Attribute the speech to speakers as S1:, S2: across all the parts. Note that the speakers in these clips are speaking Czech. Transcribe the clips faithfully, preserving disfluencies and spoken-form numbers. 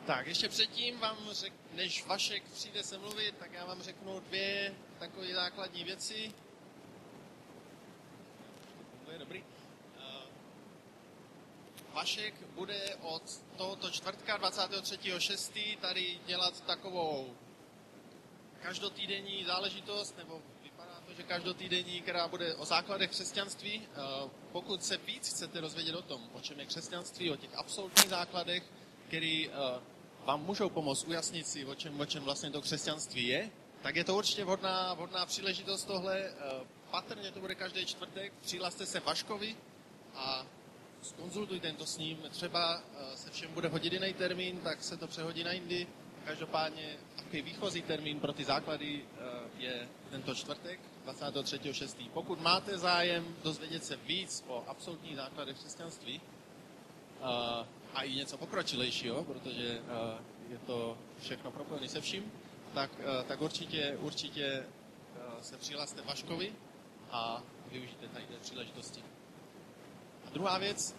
S1: Tak, ještě předtím vám řek, než Vašek přijde se mluvit, tak já vám řeknu dvě takové základní věci. To je dobrý. Vašek bude od tohoto čtvrtka dvacátého třetího šestého tady dělat takovou každotýdenní záležitost, nebo vypadá to, že každotýdenní, která bude o základech křesťanství. Pokud se víc chcete dozvědět o tom, o čem je křesťanství, o těch absolutních základech, který vám můžou pomoct ujasnit si, o čem, o čem vlastně to křesťanství je, tak je to určitě vhodná, vhodná příležitost tohle. Patrně to bude každý čtvrtek. Přihlaste se Vaškovi a zkonzultujte to s ním. Třeba se všem bude hodit jiný termín, tak se to přehodí na jindy. Každopádně takový výchozí termín pro ty základy je tento čtvrtek, dvacátého třetího šestého Pokud máte zájem dozvědět se víc o absolutních základech křesťanství a i něco pokročilejšího, protože je to všechno propojené se vším, tak, tak určitě, určitě se přihlaste Vaškovi a využijte tady té příležitosti. A druhá věc,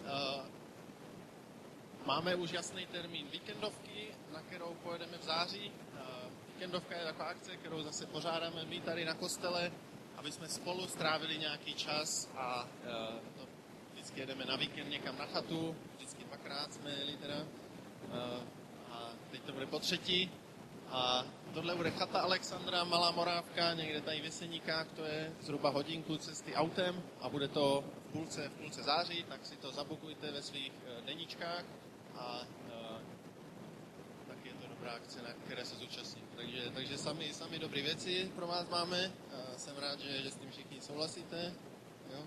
S1: máme už jasný termín víkendovky, na kterou pojedeme v září. Víkendovka je taková akce, kterou zase pořádáme my tady na kostele, aby jsme spolu strávili nějaký čas a to vždycky jedeme na víkend někam na chatu, vždycky dvakrát jsme jeli teda a teď to bude po třetí. A tohle bude chata Alexandra, Malá Morávka, někde tady v Jeseníkách, to je zhruba hodinku cesty autem a bude to v půlce, v půlce září, tak si to zabukujte ve svých deníčkách a uh, tak je to dobrá akce, na které se zúčastním. Takže, takže sami, sami dobré věci pro vás máme, uh, jsem rád, že, že s tím všichni souhlasíte. Jo?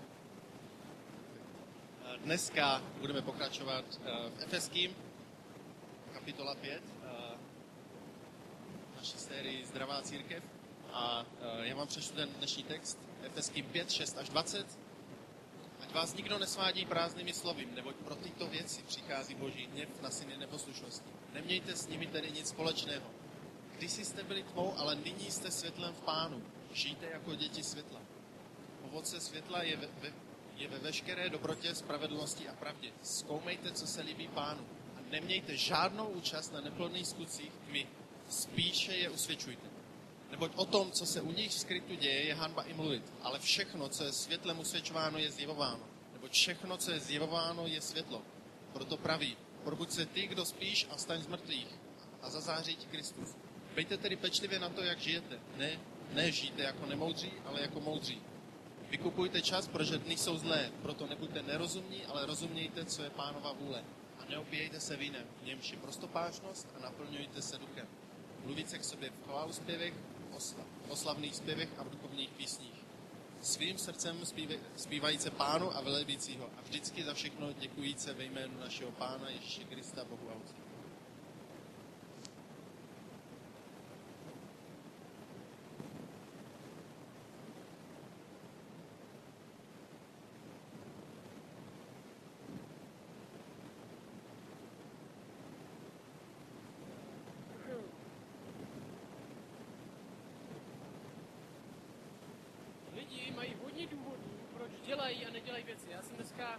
S1: Dneska budeme pokračovat uh, v Efeským, kapitola pět. Naší sérii Zdravá církev a uh, já vám přečtu ten dnešní text Efeským pět, šest až dvacet. Ať vás nikdo nesvádí prázdnými slovy, neboť pro tyto věci přichází Boží hněv na syny neposlušnosti. Nemějte s nimi tedy nic společného. Kdysi jste byli tmou, ale nyní jste světlem v Pánu. Žijte jako děti světla. Ovoce světla je ve, ve, je ve veškeré dobrotě, spravedlnosti a pravdě. Zkoumejte, co se líbí Pánu. A nemějte žádnou účast na neplodných skutcích tmy. Spíše je usvědčujte. Neboť o tom, co se u nich skrytu děje, je hanba i mluvit. Ale všechno, co je světlem usvědčováno, je zjevováno. Neboť všechno, co je zjevováno, je světlo. Proto praví, probuď se ty, kdo spíš, a vstaň z mrtvých a zazáří ti Kristus. Bejte tedy pečlivě na to, jak žijete. Ne, ne žijte jako nemoudří, ale jako moudří. Vykupujte čas, protože dny jsou zlé. Proto nebuďte nerozumní, ale rozumějte, co je Pánova vůle. A neopíjejte se vínem, v němž je prostopášnost a naplňujte se duchem. Mluvíte k sobě v chváluspěvech, v oslavných zpěvech a v duchovních písních. Svým srdcem zpívajíce Pánu a velebícího a vždycky za všechno děkujíce ve jménu našeho Pána Ježíše Krista, Bohu a Otci.
S2: Dělají a nedělají věci. Já jsem dneska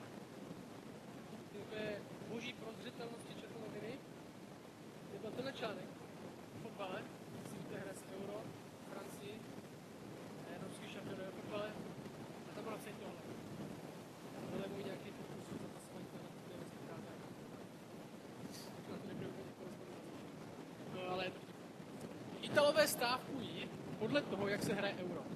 S2: v boží prozřetelnosti četl noviny. Je byl tenhle článek v fotbale, si víte, hraje se Euro, Francii, evropský šampion v fotbale, a tam bylo napsaný tohle. Tohle je můj nějaký pokus za to svojím to na ty věci právě. Na to nebude úplně korespondenci. No ale Italové stávkují podle toho, jak se hraje Euro.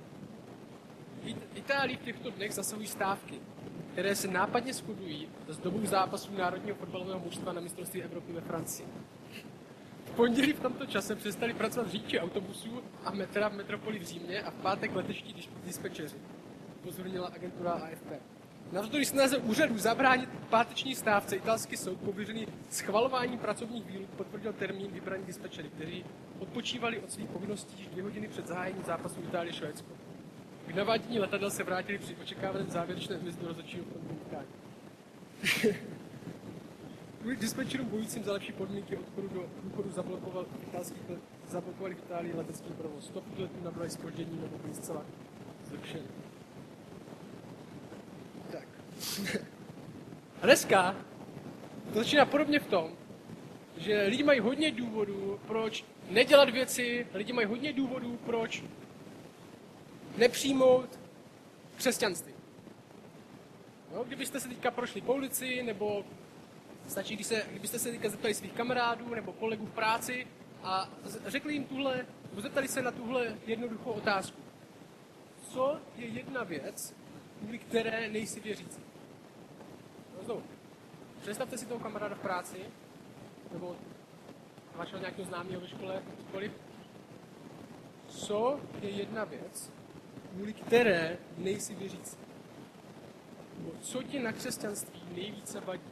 S2: V Itálii v těchto dnech zasahují stávky, které se nápadně shodují s dobou zápasů národního fotbalového mužstva na mistrovství Evropy ve Francii. V pondělí v tomto čase přestali pracovat řidiči autobusů a metra v metropoli v Římě a v pátek letečtí dispečeři, upozornila agentura A F P. Navzdory snaze úřadů zabránit páteční stávce italský soud pověřený schvalováním pracovních výluk potvrdil termín vybraní dispečery, kteří odpočívali od svých povinností již dvě hodiny před zahájením zápasu Itálie-Švédsko. K navádění letadel se vrátili při očekávaném závěrečném hvězdu rozhodčího frontu utkání. Kvůli dispečerům bojujícím za lepší podmínky odchodu do důchodu zablokoval zablokovali v Itálii letecký provoz. Stovky letů nabrali zpoždění nebo byly zcela zrušeny. Tak. A dneska to začíná podobně v tom, že lidi mají hodně důvodů, proč nedělat věci, lidi mají hodně důvodů, proč nepřijmout křesťanství. No, kdybyste se teďka prošli po ulici, nebo stačí, když se, kdybyste se teďka zeptali svých kamarádů nebo kolegů v práci a řekli jim tuhle, nebo zeptali se na tuhle jednoduchou otázku. Co je jedna věc, kvůli které nejsi věřící? No, znovu. Představte si toho kamaráda v práci, nebo vašeho nějakého známého ve škole, cokoliv. Co je jedna věc, kvůli které nejsi věřící? Nebo co ti na křesťanství nejvíce vadí?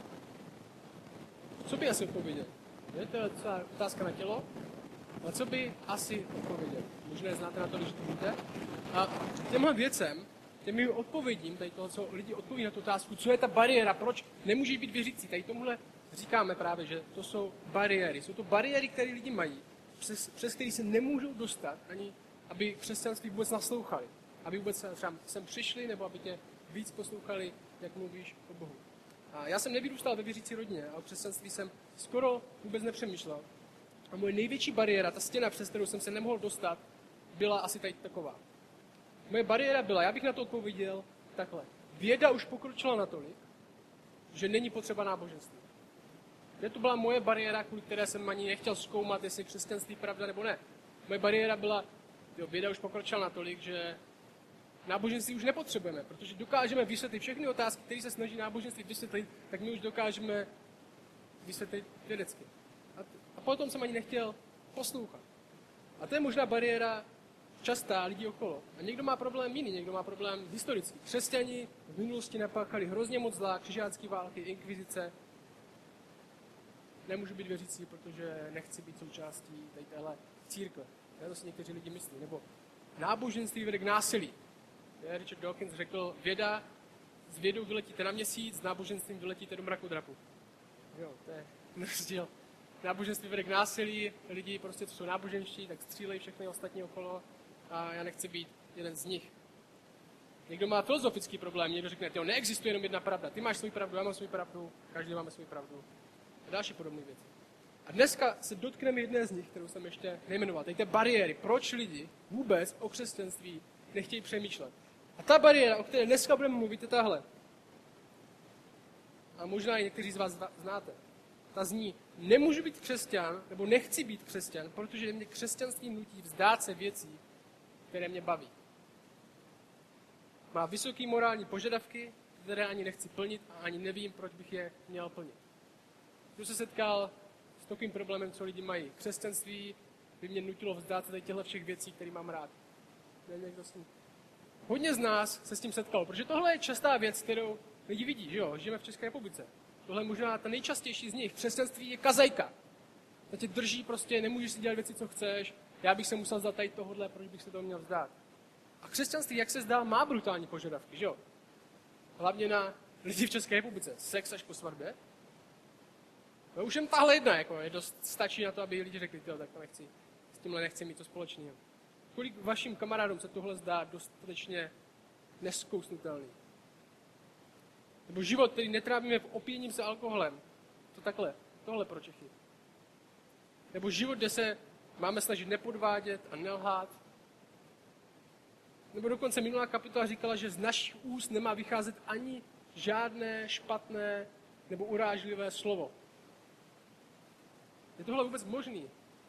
S2: Co by asi odpověděl? Je to celá otázka na tělo. A co by asi odpověděl? Možná znáte na to, když to víte. A těmhle věcem, těmi odpovědím, tady toho, co lidi odpoví na tu otázku, co je ta bariéra, proč nemůžeš být věřící, tady tomuhle říkáme právě, že to jsou bariéry. Jsou to bariéry, které lidi mají, přes, přes které se nemůžou dostat, ani aby křesťanství vůbec naslouchali. Aby vůbec třeba sem přišli, nebo aby tě víc poslouchali, jak mluvíš o Bohu. A já jsem nevyrůstal ve věřící rodině a o křesťanství jsem skoro vůbec nepřemýšlel. A moje největší bariéra, ta stěna, přes kterou jsem se nemohl dostat, byla asi tady taková. Moje bariéra byla, já bych na to odpověděl takhle. Věda už pokročila natolik, že není potřeba náboženství. To byla moje bariéra, kvůli které jsem ani nechtěl zkoumat, jestli je křesťanství pravda nebo ne. Moje bariéra byla, jo, věda už pokročila natolik, že náboženství už nepotřebujeme, protože dokážeme vysvětlit všechny otázky, které se snaží náboženství vysvětlit, tak my už dokážeme vysvětlit vědecky. A, t- a potom jsem ani nechtěl poslouchat. A to je možná bariéra častá lidí okolo. A někdo má problém jiný, někdo má problém historický. Křesťani v minulosti napáchali hrozně moc zlá, křižácké války, inkvizice. Nemůžu být věřící, protože nechci být součástí tady téhle církve. To si někteří lidi myslí. Nebo náboženství vede k násilí. Richard Dawkins řekl, věda, s vědou vyletíte na měsíc, s náboženstvím vyletíte do mrakodrapu. Jo, to je rozdíl. Náboženství vede k násilí, lidi prostě, co jsou náboženští, tak střílejí všechny ostatní okolo a já nechci být jeden z nich. Někdo má filozofický problém, někdo řekne, jo, neexistuje jenom jedna pravda. Ty máš svou pravdu, já mám svou pravdu, každý máme svou pravdu. A další podobné věci. A dneska se dotkneme jedné z nich, kterou jsem ještě nejmenoval. Tady ty bariéry, proč lidi vůbec o křesťanství nechtějí přemýšlet. A ta bariéra, o které dneska budeme mluvit, je tahle. A možná i někteří z vás znáte. Ta zní, nemůžu být křesťan, nebo nechci být křesťan, protože mě křesťanství nutí vzdát se věcí, které mě baví. Má vysoké morální požadavky, které ani nechci plnit a ani nevím, proč bych je měl plnit. Když se setkal s takovým problémem, co lidi mají. Křesťanství by mě nutilo vzdát se těchto všech věcí, které mám rád. Někdo s tím. Hodně z nás se s tím setkalo, protože tohle je častá věc, kterou lidi vidí, že jo, žijeme v České republice. Tohle je možná ta nejčastější z nich. Křesťanství je kazajka. To tě drží prostě, nemůžeš si dělat věci, co chceš. Já bych se musel vzdát tady tohohle, proč bych se toho měl vzdát. A křesťanství, jak se zdá, má brutální požadavky, že jo? Hlavně na lidi v České republice. Sex až po svatbě. No už jen tahle jedna, jako je dost, stačí na to, aby lidi řekli, tyjo, tak to nechci, s tímhle nechci mít to společného. Kolik vašim kamarádům se tohle zdá dostatečně nezkousnutelný? Nebo život, který netrávíme v opěním se alkoholem. To takhle, tohle pro Čechy. Nebo život, kde se máme snažit nepodvádět a nelhát. Nebo dokonce minulá kapitola říkala, že z našich úst nemá vycházet ani žádné špatné nebo urážlivé slovo. Je tohle vůbec možný?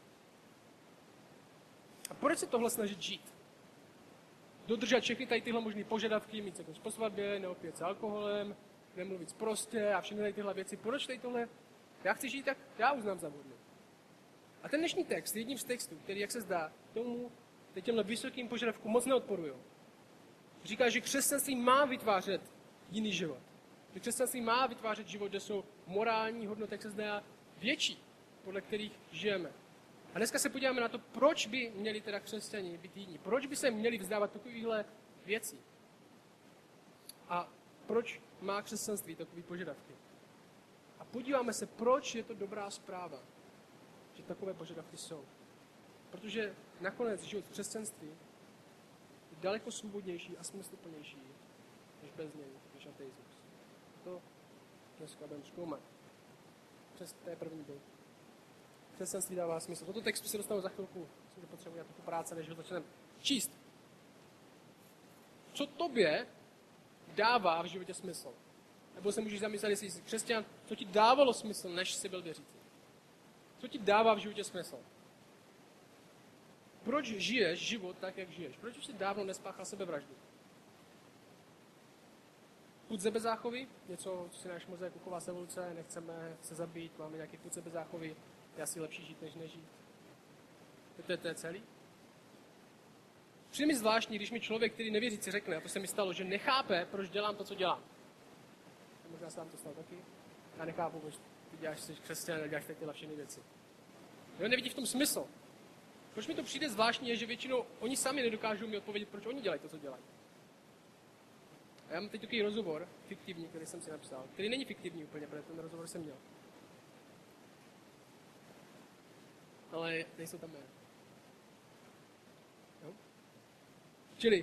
S2: A proč se tohle snažit žít? Dodržet všechny tady tyhle možné požadavky, mít sex po svatbě, neopít se alkoholem, nemluvit sprostě a všechny tady tyhle věci. Proč tady tohle? Já chci žít, tak já uznám za vhodné. A ten dnešní text, jedním z textů, který, jak se zdá, tomu těmhle vysokým požadavkům moc neodporují. Říká, že křesťanství má vytvářet jiný život. Že křesťanství má vytvářet život, kde jsou morální hodnoty, jak se zdá, větší, podle kterých žijeme. A dneska se podíváme na to, proč by měli teda křesťani být jiní. Proč by se měli vzdávat takovýchhle věcí. A proč má křesťanství takové požadavky. A podíváme se, proč je to dobrá zpráva, že takové požadavky jsou. Protože nakonec život v křesťanství je daleko svobodnější a smysluplnější, než bez něj, než ateismus. To dneska budeme zkoumat. Přes té první byl. křesťanství dává smysl. Toto textu se dostanu za chvilku, myslím, že potřebuji trochu práce, než ho začneme číst. Co tobě dává v životě smysl? Nebo se můžeš zamyslet, jestli jsi křesťan, co ti dávalo smysl, než jsi byl věřící? Co ti dává v životě smysl? Proč žiješ život tak, jak žiješ? Proč už jsi dávno nespáchal sebevraždu? Pud sebezáchovy, něco, co si náš mozek uchová z evoluce, nechceme se zabít, máme nějaký pud sebezáchovy, je asi lepší žít, než nežít. To je, to je celý. Přijde mi zvláštní, když mi člověk, který nevěřící, řekne, a to se mi stalo, že nechápe, proč dělám to, co dělám. A možná se vám to stalo taky. Já nechápu, proč ty děláš, jsi křesťan a děláš tyhle všechny věci. Jo, nevidí v tom smysl. Proč mi to přijde zvláštní, je, že většinou oni sami nedokážou mi odpovědět, proč oni dělají to, co dělají. A já mám teď takový rozhovor, fiktivní, který jsem si napsal, který není fiktivní úplně, protože ten rozhovor jsem měl. Ale nejsou tam jména. Jo? Čili,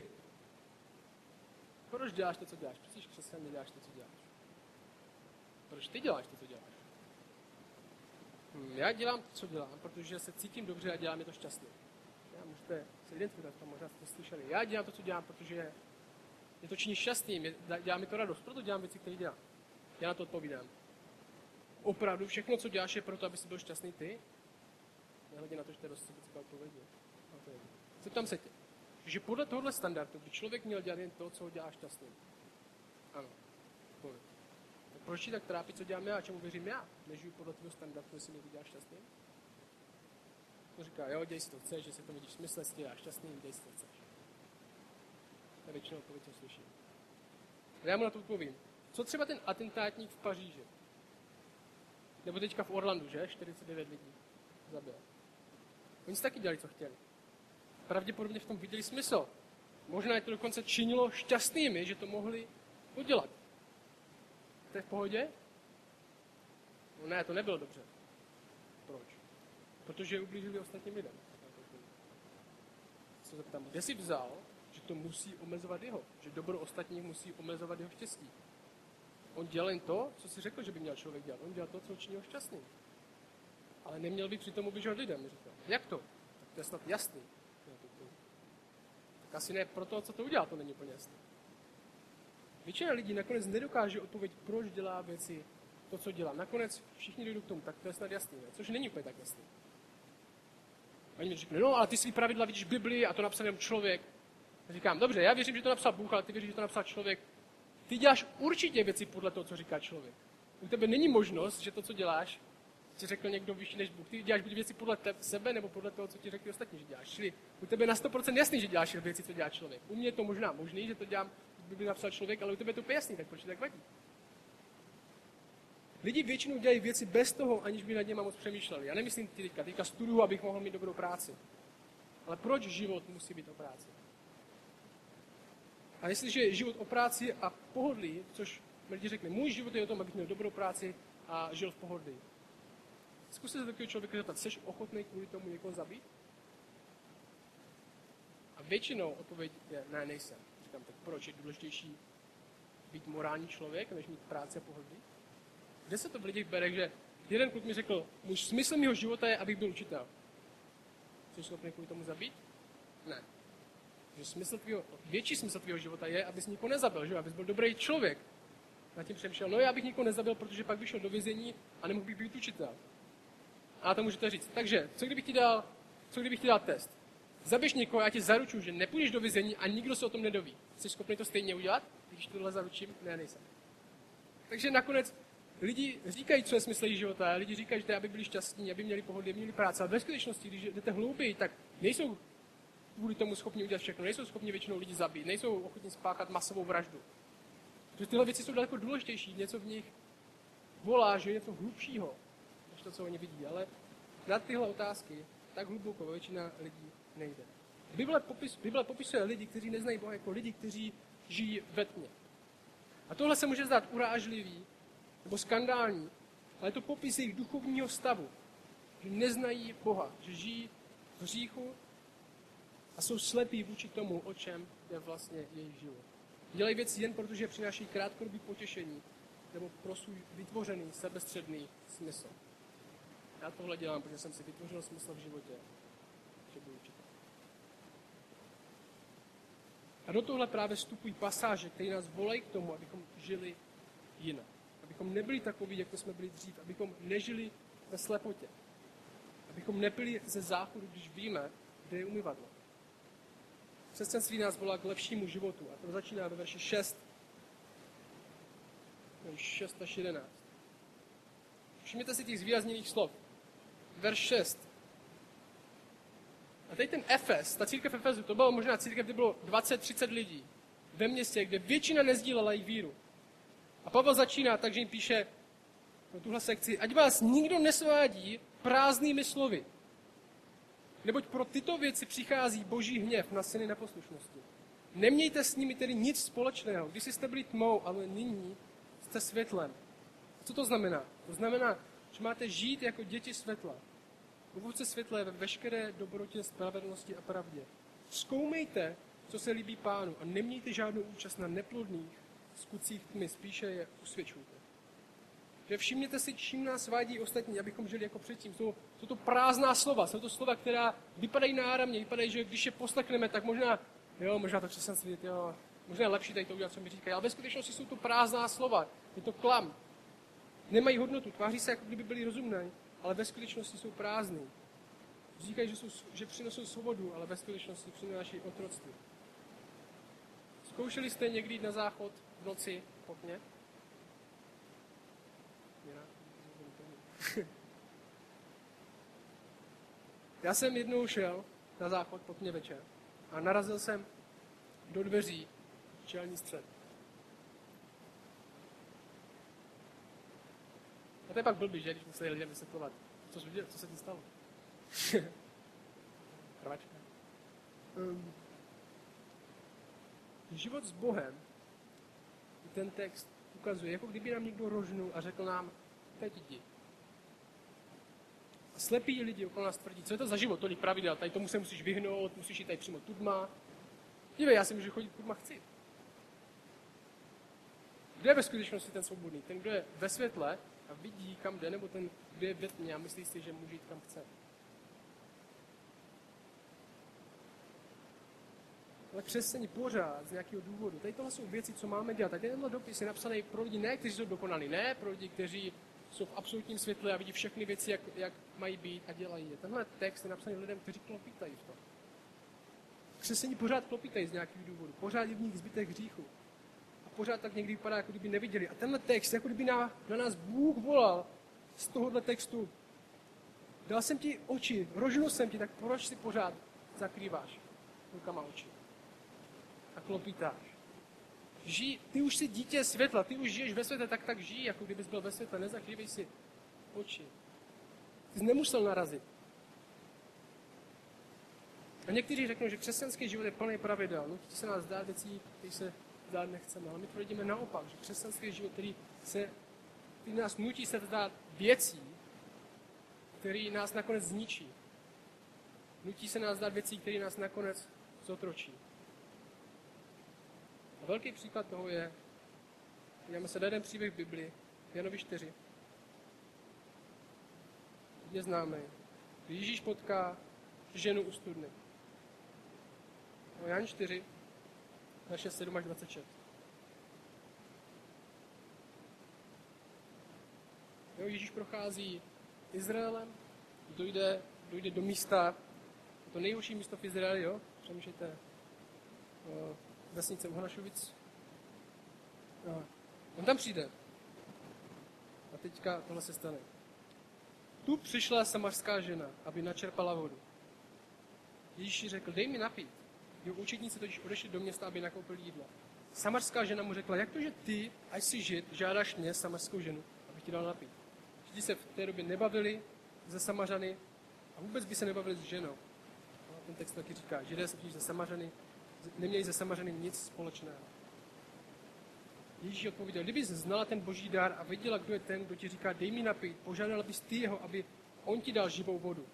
S2: proč děláš to, co děláš? Proč jsi křesťan, neděláš to, co děláš? Proč ty děláš to, co děláš? Hm, já dělám to, co dělám, protože se cítím dobře a dělám je to šťastný. Já můžete se identifikovat, možná jste to slyšeli. Já dělám to, co dělám, protože mě to činí šťastným, dělá mi to radost, proto dělám věci, které dělám. Já na to odpovídám. Opravdu všechno, co děláš, je proto, aby jsi byl šťastný ty? Nehledě na to, že to je dost sobecká odpověď. Zeptám se tě, že podle tohohle standardu by člověk měl dělat jen to, co ho dělá šťastným. Ano. Povím. Tak proč tak trápí, co dělám já a čemu věřím já? Nežiju podle toho standardu, jestli mě děláš šťastným? On říká, jo, děj si to chceš, že si to vidíš smysl, jestli děláš šťastný, děj si to chceš. To je většinou odpověď, co slyším. A já mu na to odpovím. Co třeba ten atentátník v Paříži? Nebo teďka v Orlandu, že? čtyřicet devět lidí zabil. Oni si taky dělali, co chtěli. Pravděpodobně v tom viděli smysl. Možná je to dokonce činilo šťastnými, že to mohli udělat. To je v pohodě? No ne, to nebylo dobře. Proč? Protože ublížili ostatním lidem. Co zeptám, kde jsi vzal, že to musí omezovat jeho? Že dobro ostatních musí omezovat jeho štěstí? On dělal jen to, co si řekl, že by měl člověk dělat. On dělal to, co učinil šťastný. Ale neměl by přitom ubližovat lidem, říkal. Jak to? Tak to je snad jasný. Tak asi ne pro to, co to udělal, to není úplně jasné. Většina lidí nakonec nedokáže odpovědět, proč dělá věci, to, co dělá. Nakonec všichni dojdou k tomu, tak to je snad jasný, ne? Což není úplně tak jasný. Oni mi říkají, no ale ty svý pravidla vidíš v Biblii a to napsal jen člověk. A říkám, dobře, já věřím, že to napsal Bůh, ale ty věříš, že to napsal člověk. Ty děláš určitě věci podle toho, co říká člověk. U tebe není možnost, že to, co děláš, ti řekl někdo vyšší než Bůh. Ty děláš buď věci podle tebe, sebe, nebo podle toho, co ti řekli ostatní, že děláš. Čili u tebe je na sto procent jasný, že děláš věci, co dělá člověk. U mě je to možná možný, že to dělám, by napsal člověk, ale u tebe je to úplně jasný, tak proč to tak vadí? Lidi většinou dělají věci bez toho, aniž by nad něma moc přemýšleli. Já nemyslím teďka, teďka studuju, abych mohl mít dobrou práci. Ale proč život musí být o práci? A jestliže je život o práci a pohodlí, což lidi řekne, můj život je o tom, abych měl dobrou práci a žil v pohodlí. Zkuste se takového člověka zeptat, jsi ochotný kvůli tomu někoho zabít? A většinou odpověď je, ne, nejsem. Říkám, tak proč je důležitější být morální člověk, než mít práci a pohodlí? Kde se to v lidech bere, že jeden kluk mi řekl, můj smysl mého života je, abych byl učitel. Jsi schopný kvůli tomu zabít? Ne. Že smysl tvýho, větší smysl tvýho života je, abys nikoho nezabil, že? Abys byl dobrý člověk. Na tím přemýšlel, no já bych nikoho nezabil, protože pak bych šel do vězení a nemohl bych být učitel. A to můžete říct. Takže, co kdybych ti dal, co kdybych ti dal test? Zabiješ někoho, já ti zaručuju, že nepůjdeš do vězení a nikdo se o tom nedoví. Jsi schopný to stejně udělat? Když tohle zaručím? Ne, nejsem. Takže nakonec lidi říkají, co je smysl jejich života, a lidi říkají, že to, aby byli šťastní, aby měli pohodlí, aby měli práci. Ale ve skutečnosti, když jdete hlouběji, tak nejsou kvůli tomu schopni udělat všechno, nejsou schopni většinou lidi zabít, nejsou ochotní spáchat masovou vraždu. Protože tyhle věci jsou daleko důležitější, něco v nich volá, že je něco hlubšího, než to, co oni vidí. Ale na tyhle otázky tak hluboko většina lidí nejde. Bible, popis, Bible popisuje lidi, kteří neznají Boha, jako lidi, kteří žijí ve tmě. A tohle se může zdát urážlivý nebo skandální, ale je to popis jejich duchovního stavu, že neznají Boha, že žijí v hříchu a jsou slepí vůči tomu, o čem je vlastně jejich život. Dělají věci jen protože přináší krátkodobý potěšení nebo pro svůj vytvořený, sebestředný smysl. Já tohle dělám, protože jsem si vytvořil smysl v životě, že budu učit. A do tohle právě vstupují pasáže, které nás volají k tomu, abychom žili jinak. Abychom nebyli takoví, jak to jsme byli dřív. Abychom nežili ve slepotě. Abychom nepili ze záchodu, když víme, kde je umyvadlo. Křesťanství nás volá k lepšímu životu. A to začíná ve verši šest. šest až jedenáct. Všimněte si těch zvýrazněných slov. Verš šest. A teď ten Efes, ta církev Efezu, to bylo možná církev, kde bylo dvacet třicet lidí ve městě, kde většina nezdílela jejich víru. A Pavel začíná, takže jim píše no, tuhle sekci, ať vás nikdo nesvádí prázdnými slovy. Neboť pro tyto věci přichází boží hněv na syny neposlušnosti. Nemějte s nimi tedy nic společného, když jste byli tmou, ale nyní jste světlem. A co to znamená? To znamená, že máte žít jako děti světla. Ovoce světla je ve veškeré dobrotě, spravedlnosti a pravdě. Zkoumejte, co se líbí Pánu a nemějte žádnou účast na neplodných skutcích tmy, spíše je usvědčujte. Že všimněte si, čím nás vádí ostatní, abychom žili jako předtím. Jsou, jsou to prázdná slova, jsou to slova, která vypadají náramně, vypadají, že když je poslechneme, tak možná, jo, možná to křesťanství, jo, možná je lepší tady to udělat, co mi říkají, ale ve skutečnosti jsou to prázdná slova, je to klam. Nemají hodnotu, tváří se, jako kdyby byli rozumné, ale ve skutečnosti jsou prázdný. Říkají, že, jsou, že přinesou svobodu, ale ve skutečnosti přináší otroctví. Zkoušeli jste někdy jít na záchod v noci v okně? Já jsem jednou šel na záchod po tmě večer a narazil jsem do dveří čelní střed. A to je pak blbý, že, když museli lidem vysvětlovat, co, co se ti stalo. Krvačka. Um, život s Bohem, ten text ukazuje, jako kdyby nám někdo rožnul a řekl nám, teď jdi. A slepí lidi okolo nás tvrdí, co je to za život, tolik pravidel, tady tomu se musíš vyhnout, musíš jít tady přímo tudma. Dívej, já si můžu chodit tudma chci. Kdo je ve skutečnosti ten svobodný? Ten, kdo je ve světle a vidí, kam jde, nebo ten, kdo je ve tmě a myslí si, že může jít kam chce. Ale křesťané pořád z nějakého důvodu. Tady tohle jsou věci, co máme dělat. Tady tenhle dopis je napsaný pro lidi, ne, kteří jsou dokonalí, ne pro lidi, kteří jsou v absolutním světle a vidí všechny věci, jak, jak mají být a dělají je. Tenhle text je napsaný lidem, kteří klopítají v tom. Křesťané pořád klopítají z nějakých důvodů. Pořád je v nich zbytek hříchu. A pořád tak někdy vypadá, jako kdyby neviděli. A tenhle text, jako kdyby na, na nás Bůh volal z tohohle textu. Dal jsem ti oči, rožnul jsem ti, tak proč si pořád zakrýváš rukama oči? A klopítáš. Žij, ty už jsi dítě světla, ty už žiješ ve světle, tak tak žij, jako kdybys byl ve světle, nezakrývej si oči. Ty jsi nemusel narazit. A někteří řeknou, že křesťanský život je plný pravidel. Nutí se nás zdát věcí, které se zdát nechceme. Ale my tvrdíme naopak, že křesťanský život, který, se, který nás nutí se zdát věcí, který nás nakonec zničí. Nutí se nás zdát věcí, které nás nakonec zotročí. A velký příklad toho je, podíváme se na jeden příběh v Biblii, Janovi čtyři. Je známý. Kdy Ježíš potká ženu u studny. Jan čtyři, verše sedm až dvacet šest. Jo, Ježíš prochází Izraelem, dojde, dojde do místa, to nejhorší místo v Izraeli, jo? Přemýšlejte, o, vesnice Uhanašovic. No. On tam přijde. A teďka tohle se stane. Tu přišla samařská žena, aby načerpala vodu. Ježíš jí řekl, dej mi napít. Jeho učedníci totiž odešli do města, aby nakoupili jídlo. Samařská žena mu řekla, jak to, že ty, až jsi žid, žádáš mě, samařskou ženu, abych ti dal napít. Židi se v té době nebavili ze Samařany a vůbec by se nebavili s ženou. No, ten text taky říká, židé se totiž ze Samařany, neměli ze Samařany nic společného. Ježíš odpověděl, kdybys znala ten boží dar a věděla, kdo je ten, kdo ti říká, dej mi napít, požádala bys ty jeho, aby on ti dal živou vodu.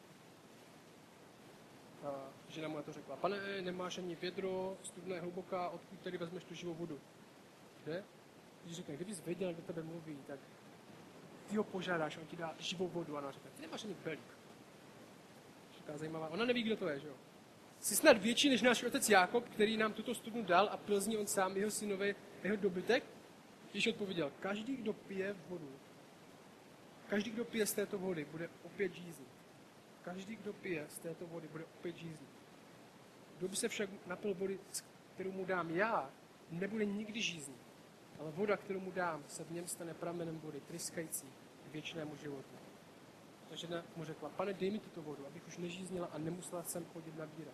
S2: A žena mu na to řekla, pane, nemáš ani vědro, studna je hluboká, odkud tedy vezmeš tu živou vodu? Kde? Ježíš řekne, kdybys věděl, kdo tebe mluví, tak ty ho požádáš, on ti dá živou vodu. A ona říká, ty nemáš ani belík. Říká zajímavá, ona neví, kdo to je, že jo. Jsi snad větší než náš otec Jákob, který nám tuto studnu dal a pil z ní on sám, jeho synové, jeho dobytek? Ježíš odpověděl, každý, kdo pije vodu, každý, kdo pije z této vody, bude opět žíznit. Každý, kdo pije z této vody, bude opět žíznit. Kdo by se však napil vody, kterou mu dám já, nebude nikdy žíznit. Ale voda, kterou mu dám, se v něm stane pramenem vody, tryskající k věčnému životu. Ta žena mu řekla, pane, dej mi tuto vodu, abych už nežíznila a nemusela sem chodit nabírat.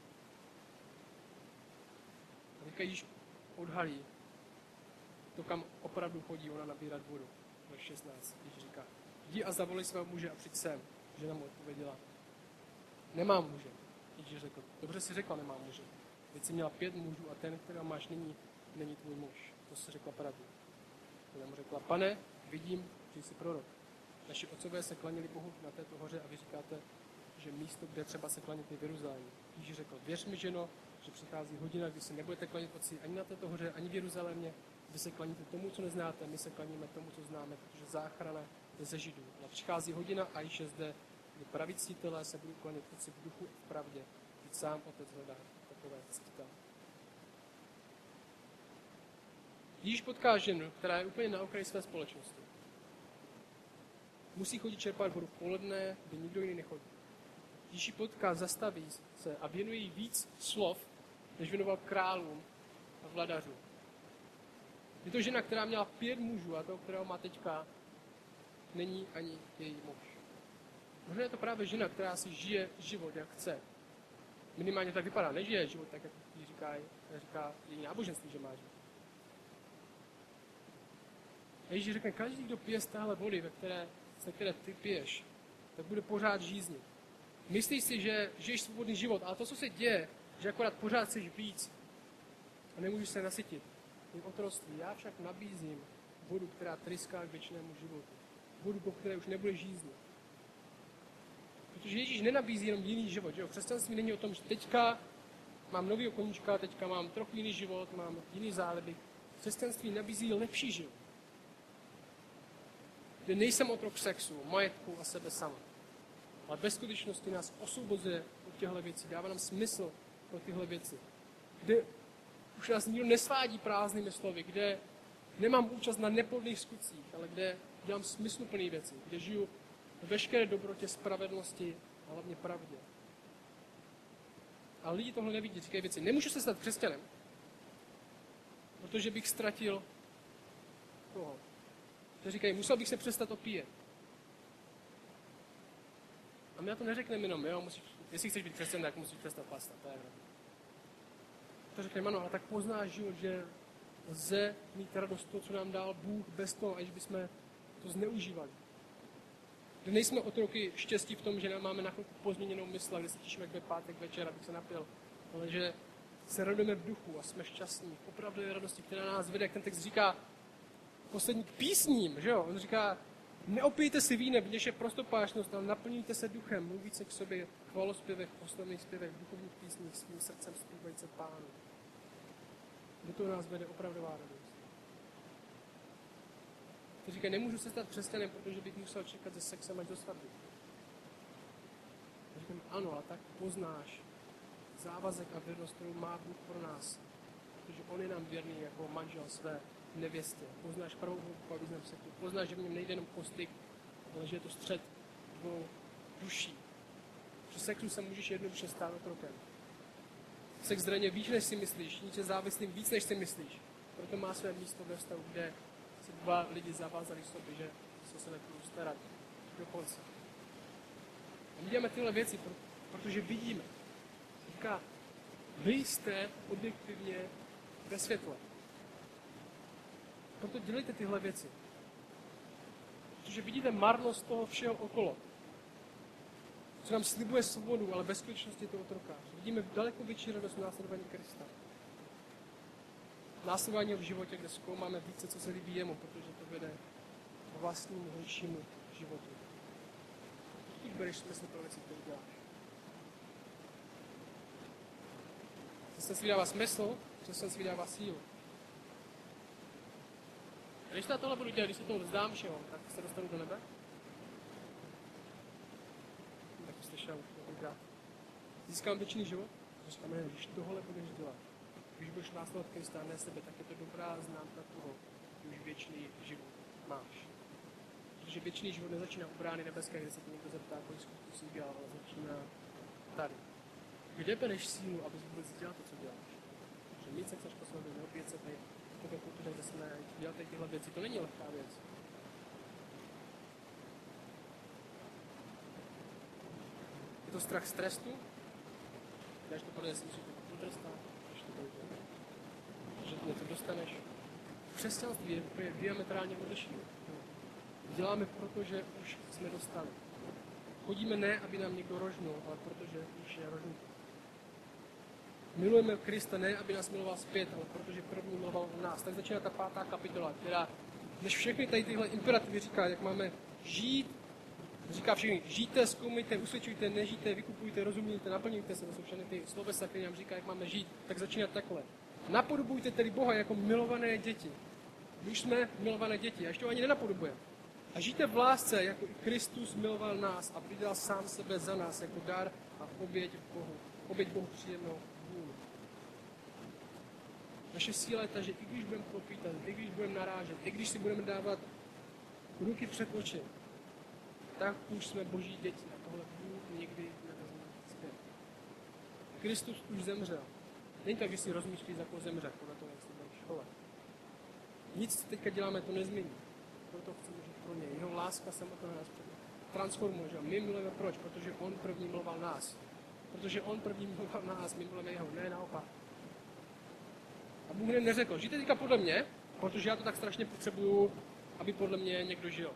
S2: A teďka Ježíš odhalí to, kam opravdu chodí ona nabírat vodu. Verš šestnáct. Ježíš říká, jdi a zavolej svého muže a přijď sem. Žena mu odpověděla, nemám muže. Ježíš řekl, dobře si řekla, nemám muže. Teď jsi měla pět mužů a ten, kterého máš nyní, není tvůj muž. To si řekla pravdu. Ona mu řekla, pane, vidím, že jsi prorok. Naši otcové se klanili Bohu na této hoře a vy říkáte, že místo, kde třeba se klanit, je v Jeruzalémě. Ježíš řekl, věř mi, ženo, že přichází hodina, kdy se nebudete klanit otci ani na této hoře, ani v Jeruzalémě. Vy se klaníte tomu, co neznáte, my se klaníme tomu, co známe, protože záchrana je ze Židů. Ale přichází hodina a již je zde, kdy praví ctitelé se budou klanit otci v duchu a v pravdě. Vždyť sám otec hledá takové ctitelé. Ježíš potká ženu, která je úplně na okraji své společnosti. Musí chodit čerpat vodu v poledne, kdy nikdo jiný nechodí. Ježíš potká, zastaví se a věnuje jí víc slov, než věnoval králům a vladařům. Je to žena, která měla pět mužů a toho, kterého má teďka, není ani její muž. Možná je to právě žena, která si žije život, jak chce. Minimálně tak vypadá, nežije život tak, jak jí říká, říká její náboženství, že má žít. A Ježíš řekne, každý, kdo pije z téhle vody, ve které, ze které ty piješ, tak bude pořád žíznit. Myslíš si, že žiješ svobodný život, ale to, co se děje, že akorát pořád chceš víc a nemůžeš se nasytit. Je otroctví. Já však nabízím vodu, která tryská k věčnému životu. Vodu, po které už nebude žíznit. Protože Ježíš nenabízí jenom jiný život. Že? Křesťanství není o tom, že teďka mám novýho koníčka, teďka mám trochu jiný život, mám jiný záliby. Křesťanství nabízí lepší život. Kde nejsem otrok sexu, majetku a sebe sama. Ale ve skutečnosti nás osvobozuje od těchto věcí, dává nám smysl pro tyhle věci. Kde už nás nikdo nesvádí prázdnými slovy, kde nemám účast na neplodných skutcích, ale kde dělám smysluplné věci, kde žiju v veškeré dobrotě, spravedlnosti a hlavně pravdě. A lidi tohle nevidí, říkají věci. Nemůžu se stát křesťanem, protože bych ztratil toho. To říkají, musel bych se přestat opíjet. A my na to neřekneme jenom, jo, musíš, jestli chceš být křesťan, tak musíš přestat pastat. To je to řekneme, ano, ale tak poznáš život, že lze mít radost to, co nám dal Bůh, bez toho, až bychom to zneužívali. Že nejsme otroky štěstí v tom, že nám máme na chvilku pozměněnou mysl, kde se těšíme, jak je pátek večer, abych se napil, ale že se radujeme v duchu a jsme šťastní. Opravdu je radosti, která nás vede, jak ten text říká, poslední k písním, že jo? On říká, neopijte si vínem, když je prostopášnost, ale naplňujte se duchem, mluvíte k sobě v chvalospěvech, oslavných zpěvech, v duchovních písních, svým srdcem zpívajte Pánu. Do toho nás vede opravdová radost. To říká, nemůžu se stát křesťanem, protože bych musel čekat se sexem až do svatby. Říkám, ano, a tak poznáš závazek a věrnost, kterou má Bůh pro nás. Protože on je nám věrný jako manžel své nevěstě. Poznáš pravou hloubku a význam sexu. Poznáš, že v něm nejde jenom postyk, ale že je to střed dvou duší. Při sexu se můžeš jednoduše stát otrokem. Sex zřejmě víš, než si myslíš, nic je závislým víc, než si myslíš. Proto má své místo ve vztahu, kde se dva lidi zavázali sobě, že se o sebe budou starat do konce. A my děláme tyhle věci, protože vidíme. Říká, vy jste objektivně ve světle. Proto dělejte tyhle věci. Protože vidíte marnost toho všeho okolo. Co nám slibuje svobodu, ale ve skutečnosti to otroká. Vidíme daleko větší radost v následování Krista. Následování v životě, kde zkoumáme více, co se líbí jemu, protože to vede k vlastnímu hlubšímu životu. Když bereš smysl pro věci, které děláš. Křesťanství dává smysl, křesťanství dává sílu. A když na tohle budu dělat, když se toho vzdám všeho, tak se dostanu do nebe? získám věčný život? Říkáme, ne, když tohle budeš dělat, když budeš následovat Krista a ne sebe, tak je to dobrá známka toho, že už věčný život máš. Protože věčný život nezačíná u brány nebeské, kde se tě někdo zeptá, kolik skutků jsi dělal, ale začíná tady. Kde bereš sílu, abys vůbec dělal to, co děláš? Že nic se chceš posledovat, neopět se tady, takové kultuře, kde jsme dělat tyhle věci, to není lehká věc. Je to strach z trestu, když to podle si myslíš, že to potrestá, když to pojde, že něco dostaneš. V křesťanství je úplně diametrálně odlišné. Děláme proto, že už jsme dostali. Chodíme ne, aby nám někdo rožnul, ale protože už je rožnutý. Milujeme Krista ne, aby nás miloval zpět, ale protože první miloval nás. Tak začíná ta pátá kapitola, která než všechny tady tyhle imperativy říká, jak máme žít, říká všechny, žijte, zkoumejte, usvědčujte, nežijte, vykupujte, rozumíte, naplňujte se, to jsou všechny ty slovesa, které nám říká, jak máme žít, tak začíná takhle. Napodobujte tedy Boha jako milované děti. My už jsme milované děti a ještě ho ani nenapodobujeme. A žijte v lásce, jako i Kristus miloval nás a vydal sám sebe za nás jako dar a oběť Bohu. Oběť Bohu příjemnou vůli. Naše síla je ta, že i když budeme klopítat, i když budeme narážet, i když si budeme dávat ruky před oči, tak už jsme boží děti a tohle Bůh nikdy nevezme zpět. Kristus už zemřel. Není tak, že si rozmýšlí, za koho zemře, podle toho, jak se bude v škole. Nic, co teďka děláme, to nezmění. Proto chceme žít pro něj. Jeho láska samotná nás transformuje. Že? My milujeme proč? Protože on první miloval nás. Protože on první miloval nás, my milujeme jeho, ne naopak. A Bůh neřekl, žijte teďka podle mě, protože já to tak strašně potřebuju, aby podle mě někdo žil.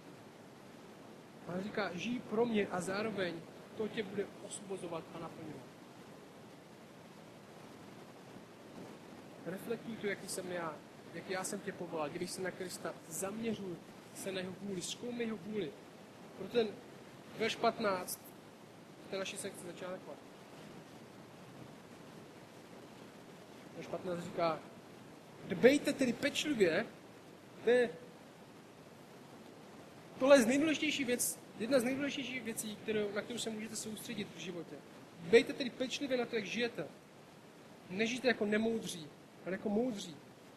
S2: Ale říká, žij pro mě a zároveň to tě bude osvobozovat a naplňovat. Reflektuj to, jaký jsem já, jak já jsem tě povolal, když se na Krista zaměřuj se na jeho vůli, zkoumej jeho vůli. Proto ten verš patnáct v té naší sekci začíná takhle. Verš patnáct říká, dbejte tedy pečlivě, to je tohle je z nejdůležitější věc, jedna z nejdůležitějších věcí, kterou, na kterou se můžete soustředit v životě. Dbejte tedy pečlivě na to, jak žijete. Nežijte jako nemoudří, ale jako moudří.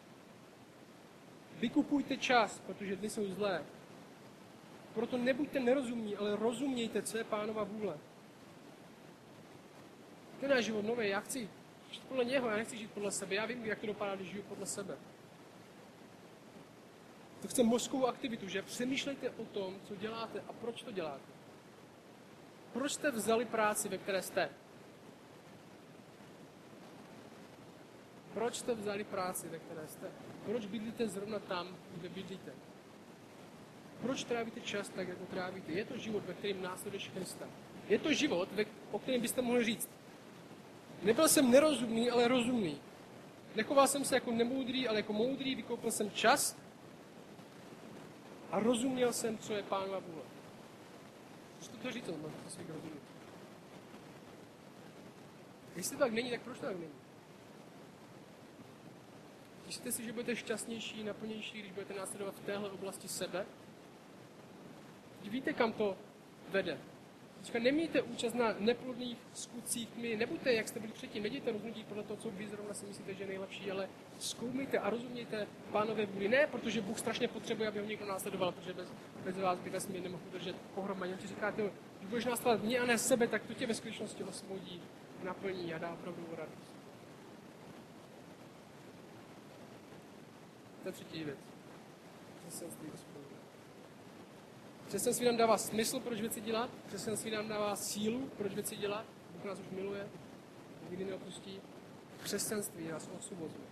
S2: Vykupujte čas, protože dny jsou zlé. Proto nebuďte nerozumní, ale rozumějte, co je Pánova vůle. To je náš život nový. Já chci žít podle něho, já nechci žít podle sebe. Já vím, jak to dopadá, když žiju podle sebe. To chce mozkovou aktivitu, že přemýšlejte o tom, co děláte a proč to děláte. Proč jste vzali práci, ve které jste? Proč jste vzali práci, ve které jste? Proč bydlíte zrovna tam, kde bydlíte? Proč trávíte čas tak, jako trávíte? Je to život, ve kterém následuješ Krista. Je to život, o kterém byste mohli říct. Nebyl jsem nerozumný, ale rozumný. Nechoval jsem se jako nemoudrý, ale jako moudrý, vykoupil jsem čas a rozuměl jsem, co je Pánova vůle. Můžete to říct, ale to svých rozumí. Jestli to tak není, tak proč to tak není? Myslíte si, že budete šťastnější, naplnější, když budete následovat v téhle oblasti sebe? Víte, kam to vede. Teďka nemějte účast na neplodných skutcích tmy, nebuďte, jak jste byli předtím, nedějte rozhodnutí podle toho, co vy zrovna si myslíte, že je nejlepší, ale zkoumejte a rozumějte Pánové vůli. Ne, protože Bůh strašně potřebuje, aby ho někdo následoval, protože bez, bez vás by vesmír nemohl držet pohromadě. Když říkáte, když budeš následovat mě a ne sebe, tak to tě ve skutečnosti osvobodí, naplní a dá opravdu radost. To je třetí věc. Křesťanství Hospodina. Křesťanství nám dává smysl, proč věci dělat. Křesťanství nám dává sílu, proč věci dělat. Bůh nás už miluje, nikdy neopustí. Křesťanství nás osvobozuje.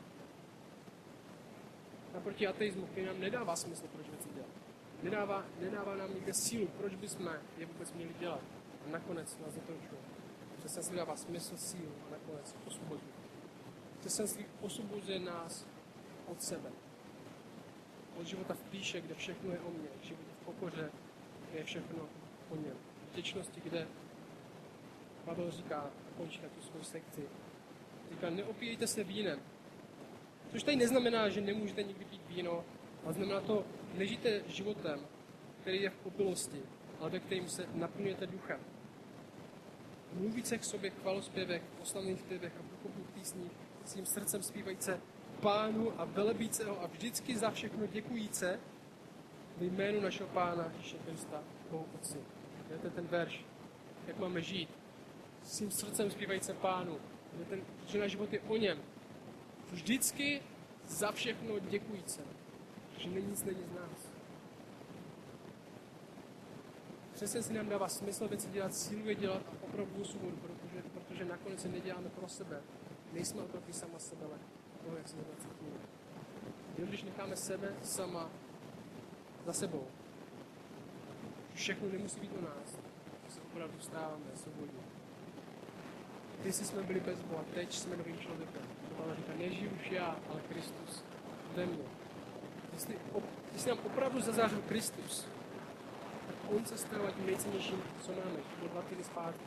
S2: Naproti ateismu, který nám nedává smysl, proč věci dělat. Nedává, nedává nám nikde sílu, proč bychom je vůbec měli dělat. A nakonec nás zatončuje. Křesťanství dává smysl, sílu a nakonec osvobozuje. Křesťanství osvobozuje nás od sebe. Od života v píše, kde všechno je o mně, k životě v pokoře, kde je všechno o něm. V vděčnosti, kde Pavel říká, končí na tu svou sekci, říká, neopíjejte se vínem. Což tady neznamená, že nemůžete nikdy pít víno, ale znamená to, nežijte životem, který je v opilosti, ale ve kterým se naplňujete duchem. mluvíce k sobě chvalospěvech, oslavných zpěvech a duchovních písních, svým srdcem zpívajíce Pánu a velebíce ho a vždycky za všechno děkujíce v jménu našeho Pána Ježíše Krista, Bohu Otci. To je ten verš, jak máme žít. Svým srdcem zpívajíce Pánu. Ten, že náš život je o něm. Vždycky za všechno děkujíce. Že nic není z nás. Přesně si nám dává smysl věci dělat, síluje dělat a opravdu svobodu, protože, protože nakonec se neděláme pro sebe. Nejsme otroky sama sebe, ale toho, jak se to cítíme. Jenom když necháme sebe sama za sebou. Všechno nemusí být o nás. Že se opravdu stáváme svobodní. Když jsme byli bez Boha, teď jsme novým člověkem. Ale říká, nežiju už já, ale Kristus ve mně. Jestli, op, jestli nám opravdu zazářil Kristus, tak on se stává tím nejcennějším, co máme. To dva týdny zpátky.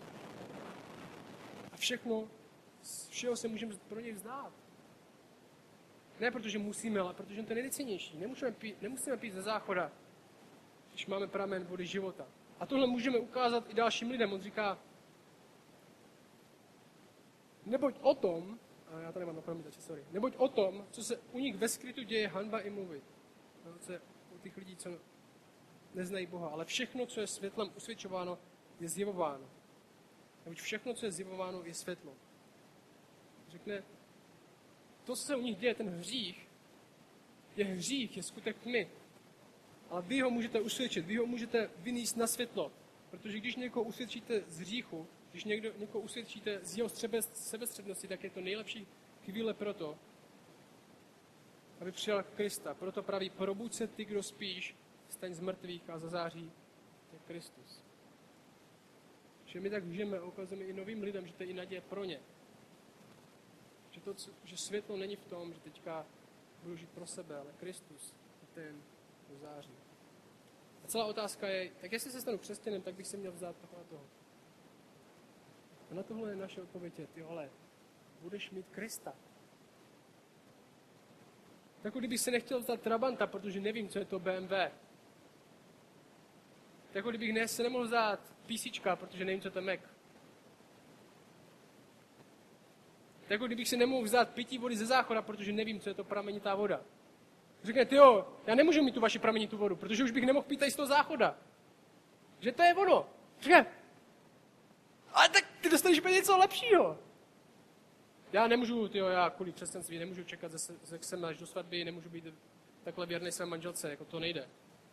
S2: A všechno, z všeho se můžeme pro něj vzdát. Ne protože musíme, ale protože to je nejcennější. Nemusíme pít, nemusíme pít ze záchoda, když máme pramen vody života. A tohle můžeme ukázat i dalším lidem. On říká, neboť o tom, a já to nemám na promítači, sorry, neboť o tom, co se u nich ve skrytu děje, hanba i mluvit. No, co je u těch lidí, co neznají Boha. Ale všechno, co je světlem usvědčováno, je zjevováno. Neboť všechno, co je zjevováno, je světlo. Řekne, to, co se u nich děje, ten hřích, je hřích, je skutek tmy. Ale vy ho můžete usvědčit, vy ho můžete vynést na světlo. Protože když někoho usvědčíte z hříchu, když někdo, někoho usvědčíte z jeho sebestřednosti, tak je to nejlepší chvíle pro to, aby přijal Krista. Proto praví, probuď se ty, kdo spíš, staň z mrtvých a zazáří je Kristus. Že my tak můžeme ukazujeme i novým lidem, že to je i naděje pro ně. Že, to, že světlo není v tom, že teďka budu žít pro sebe, ale Kristus je ten, kdo září. A celá otázka je, tak jestli se stanu křesťanem, tak bych se měl vzát toho a toho. A na tohle je naše odpověď, ty ale budeš mít Krista. Jako kdybych se nechtěl vzát Trabanta, protože nevím, co je to bé em vé. Jako kdybych ne, se nemohl vzát písíčka, protože nevím, co to je Mac. Jako kdybych se nemohl vzát pití vody ze záchoda, protože nevím, co je to pramenitá voda. Řekne, jo, já nemůžu mít tu vaši pramenitou vodu, protože už bych nemohl pít tady z toho záchoda. Že to je ono. Řekne, ale tak ty dostaneš úplně něco lepšího. Já nemůžu, tyjo, já kvůli křesťanství nemůžu čekat ze, ze sem až do svatby, nemůžu být takhle věrný své manželce, jako to nejde.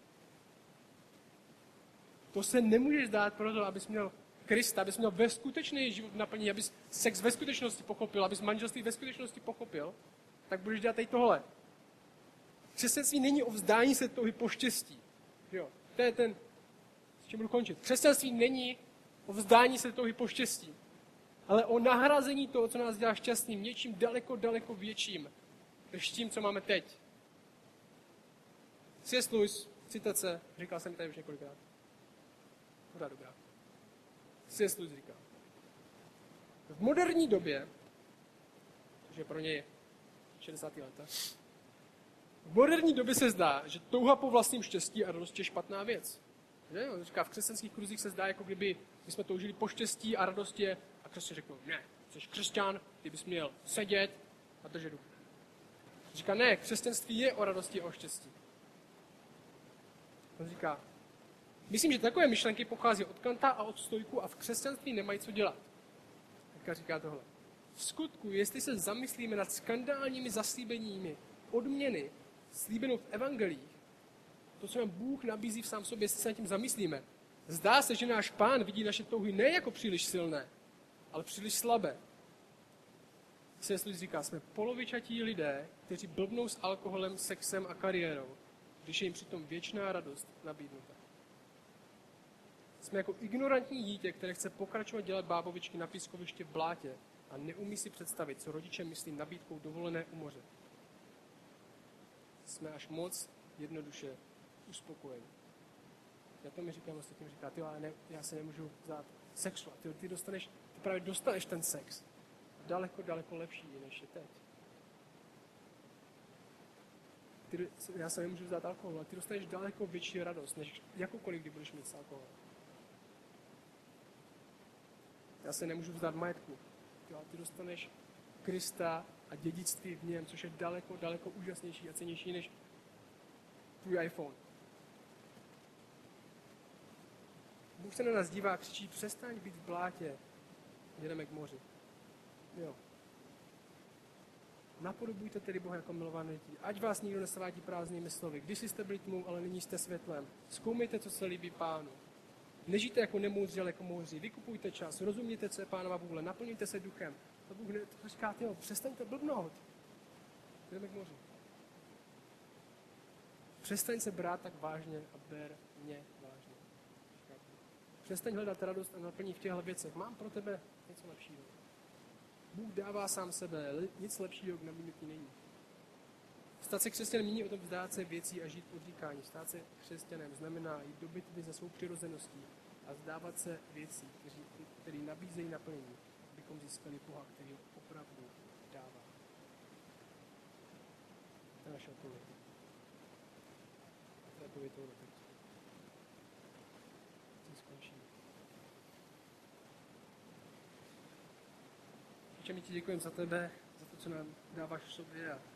S2: To se nemůžeš dát proto, abys měl Krista, abys měl ve skutečný život naplněný, abys sex ve skutečnosti pochopil, abys manželství ve skutečnosti pochopil, tak budeš dělat tady tohle. Křesťanství není o vzdání se touhy po štěstí. Jo, to je ten, s čím budu končit. Křesťanství není o vzdání se touhy po štěstí, ale o nahrazení toho, co nás dělá šťastným, něčím daleko, daleko větším, než tím, co máme teď. C S. Lewis, citace, říkal jsem tady už několikrát. Dobrá, dobrá. C S. Lewis říká. V moderní době, což je pro něj šedesátá léta, v moderní době se zdá, že touha po vlastním štěstí a radosti je špatná věc. Že? On říká, v křesťanských kruzích se zdá, jako kdyby my jsme toužili po štěstí a radosti a křesťan řekl, ne, jsi křesťan, ty bys měl sedět a držet ruku. Říká, ne, křesťanství je o radosti a o štěstí. On říká, myslím, že takové myšlenky pochází od Kanta a od Stojku a v křesťanství nemají co dělat. Teďka říká tohle. V skutku, jestli se zamyslíme nad skandálními zaslíbeními odměny, slíbenou v evangelích, to, co nám Bůh nabízí v sám sobě, jestli se nad tím zamyslíme, zdá se, že náš Pán vidí naše touhy ne jako příliš silné, ale příliš slabé. C S. Lewis říká, jsme polovičatí lidé, kteří blbnou s alkoholem, sexem a kariérou, když je jim přitom věčná radost nabídnuta. Jsme jako ignorantní dítě, které chce pokračovat dělat bábovičky na pískovišti v blátě a neumí si představit, co rodiče myslí nabídkou dovolené u moře. Jsme až moc jednoduše uspokojení. Já to mi říkám, ostatním říká, ty, ale ne, já se nemůžu vzát sexu. A ty, ty, dostaneš, ty právě dostaneš ten sex. Daleko, daleko lepší, než je teď. Ty, já se nemůžu vzát alkohol, ale ty dostaneš daleko větší radost, než jakoukoliv, kdy budeš mít s alkoholem. Já se nemůžu vzdát majetku. Jo, ty dostaneš Krista a dědictví v něm, což je daleko, daleko úžasnější a cenější než tvůj iPhone. Bůh se na nás dívá a křičí, přestaň být v blátě, jdeme k moři. Jo. Napodobujte tedy Boha jako milované děti. Ať vás nikdo nesvádí prázdnými slovy. Když jste byli tmou, ale nyní jste světlem. Zkoumejte, co se líbí Pánu. Nežijte jako nemoudří, ale jako moudří. Vykupujte čas, rozumíte, co je Pánova vůle, naplňujte se duchem. A Bůh ne, to říká, tyjo, přestaňte blbnout. Jdeme k moři. Přestaň se brát tak vážně a ber mě vážně. Přestaň hledat radost a naplní v těchto věcech. Mám pro tebe něco lepšího. Bůh dává sám sebe, nic lepšího k nabídnutí není. Stát se křesťanem není o tom vzdát se věcí a žít podříkání. Stát se křesťanem znamená jít do bitvy za svou přirozeností a vzdávat se věcí, které nabízejí naplnění, abychom získali Boha, který ho opravdu dává. To je naše odpověď. To je odpověď tohoto textu. Tím skončíme. Oče, my ti děkujeme za tebe, za to, co nám dáváš v sobě. A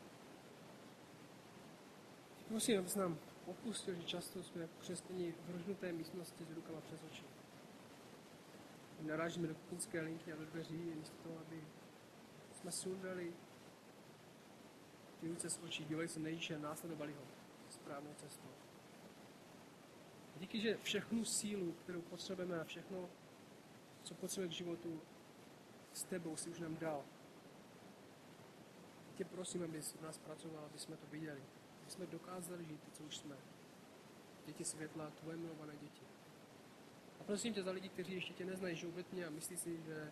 S2: prosím, abys nám odpustil, že často jsme jako křesťané v rožnuté místnosti s rukama přes oči. Narážíme do kuchyňské linky a do dveří, místo toho, aby jsme sundali ty ruce z očí, dívali se nejvíce a následovali ho správnou cestou. A díky, že všechnu sílu, kterou potřebujeme a všechno, co potřebujeme k životu, s tebou si už nám dal. Tě prosím, abys v nás pracoval, aby jsme to viděli. Aby jsme dokázali žít to, co už jsme. Děti světla, tvoje milované děti. A prosím tě za lidi, kteří ještě tě neznají životně a myslí si, že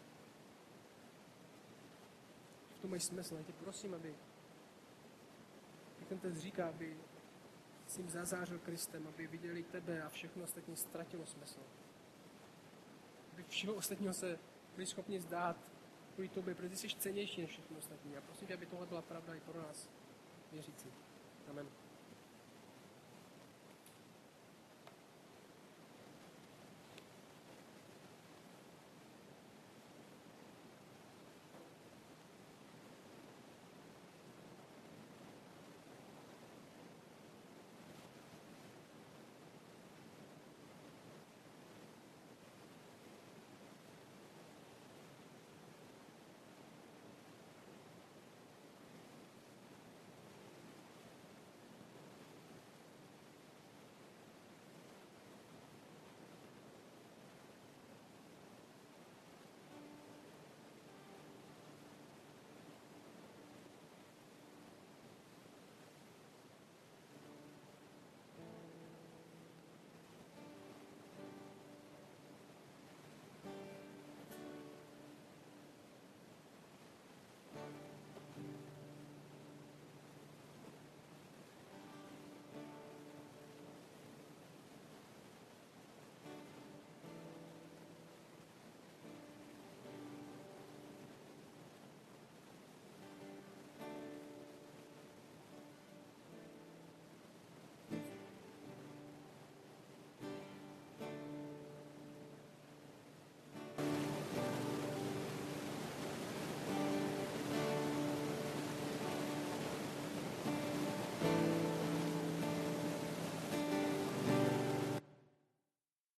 S2: v tom mají smysl. Já tě prosím, aby, jak ten text říká, aby si jim zazářil Kristem, aby viděli tebe a všechno ostatní ztratilo smysl. Aby všeho ostatního se byli schopni zdát kvůli tobě, protože jsi cenější než všechno ostatní. A prosím tě, aby tohle byla pravda i pro nás věřící. Amen.